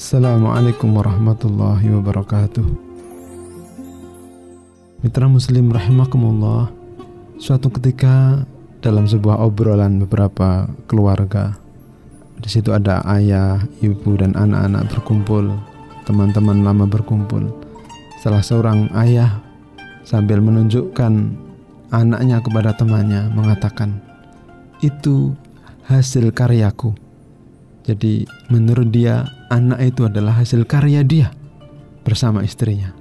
Assalamualaikum warahmatullahi wabarakatuh. Mitra muslim rahimakumullah, suatu ketika dalam sebuah obrolan beberapa keluarga, di situ ada ayah, ibu dan anak-anak berkumpul, teman-teman lama berkumpul. Salah seorang ayah sambil menunjukkan anaknya kepada temannya mengatakan, "Itu hasil karyaku." Jadi menurut dia, anak itu adalah hasil karya dia bersama istrinya.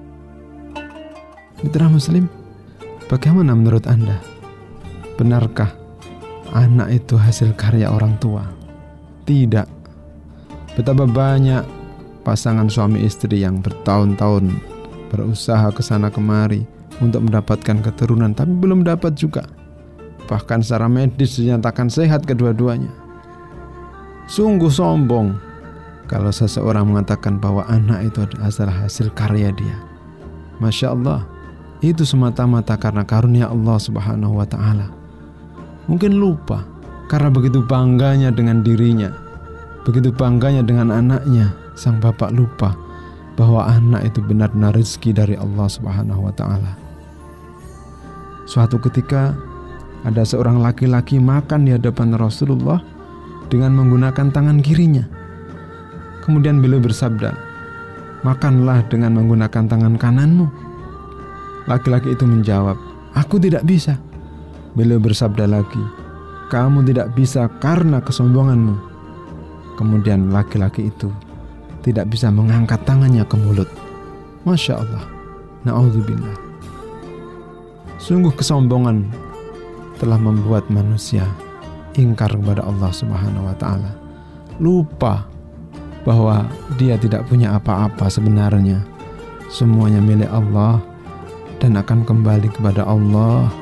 Mitra muslim, bagaimana menurut Anda? Benarkah anak itu hasil karya orang tua? Tidak. Betapa banyak pasangan suami istri yang bertahun-tahun berusaha kesana kemari untuk mendapatkan keturunan, tapi belum dapat juga. Bahkan secara medis dinyatakan sehat kedua-duanya. Sungguh sombong kalau seseorang mengatakan bahwa anak itu adalah hasil karya dia. Masya Allah, itu semata-mata karena karunia Allah Subhanahu wa Ta'ala. Mungkin lupa karena begitu bangganya dengan dirinya, begitu bangganya dengan anaknya, sang bapak lupa bahwa anak itu benar-benar rezeki dari Allah Subhanahu wa Ta'ala. Suatu ketika ada seorang laki-laki makan di hadapan Rasulullah dengan menggunakan tangan kirinya. Kemudian beliau bersabda, "Makanlah dengan menggunakan tangan kananmu." Laki-laki itu menjawab, "Aku tidak bisa." Beliau bersabda lagi, "Kamu tidak bisa karena kesombonganmu." Kemudian laki-laki itu tidak bisa mengangkat tangannya ke mulut. Masya Allah, na'udzubillah. Sungguh kesombongan telah membuat manusia ingkar kepada Allah Subhanahu wa Ta'ala, lupa bahwa dia tidak punya apa-apa sebenarnya. Semuanya milik Allah dan akan kembali kepada Allah.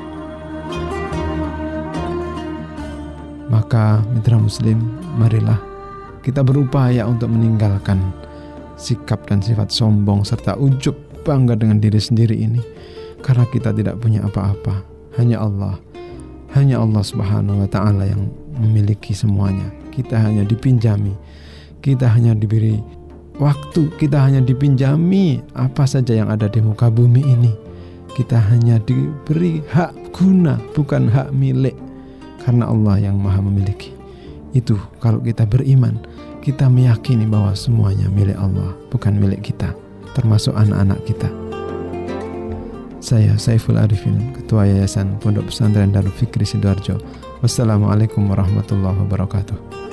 Maka mitra muslim, marilah kita berupaya untuk meninggalkan sikap dan sifat sombong serta ujub bangga dengan diri sendiri ini, karena kita tidak punya apa-apa. Hanya Allah Subhanahu wa Ta'ala yang memiliki semuanya. Kita hanya dipinjami, kita hanya diberi waktu, kita hanya dipinjami apa saja yang ada di muka bumi ini. Kita hanya diberi hak guna, bukan hak milik, karena Allah yang maha memiliki. Itu kalau kita beriman, kita meyakini bahwa semuanya milik Allah, bukan milik kita, termasuk anak-anak kita. Saya Saiful Arifin, Ketua Yayasan Pondok Pesantren Darul Fikri Sidoarjo. Wassalamualaikum warahmatullahi wabarakatuh.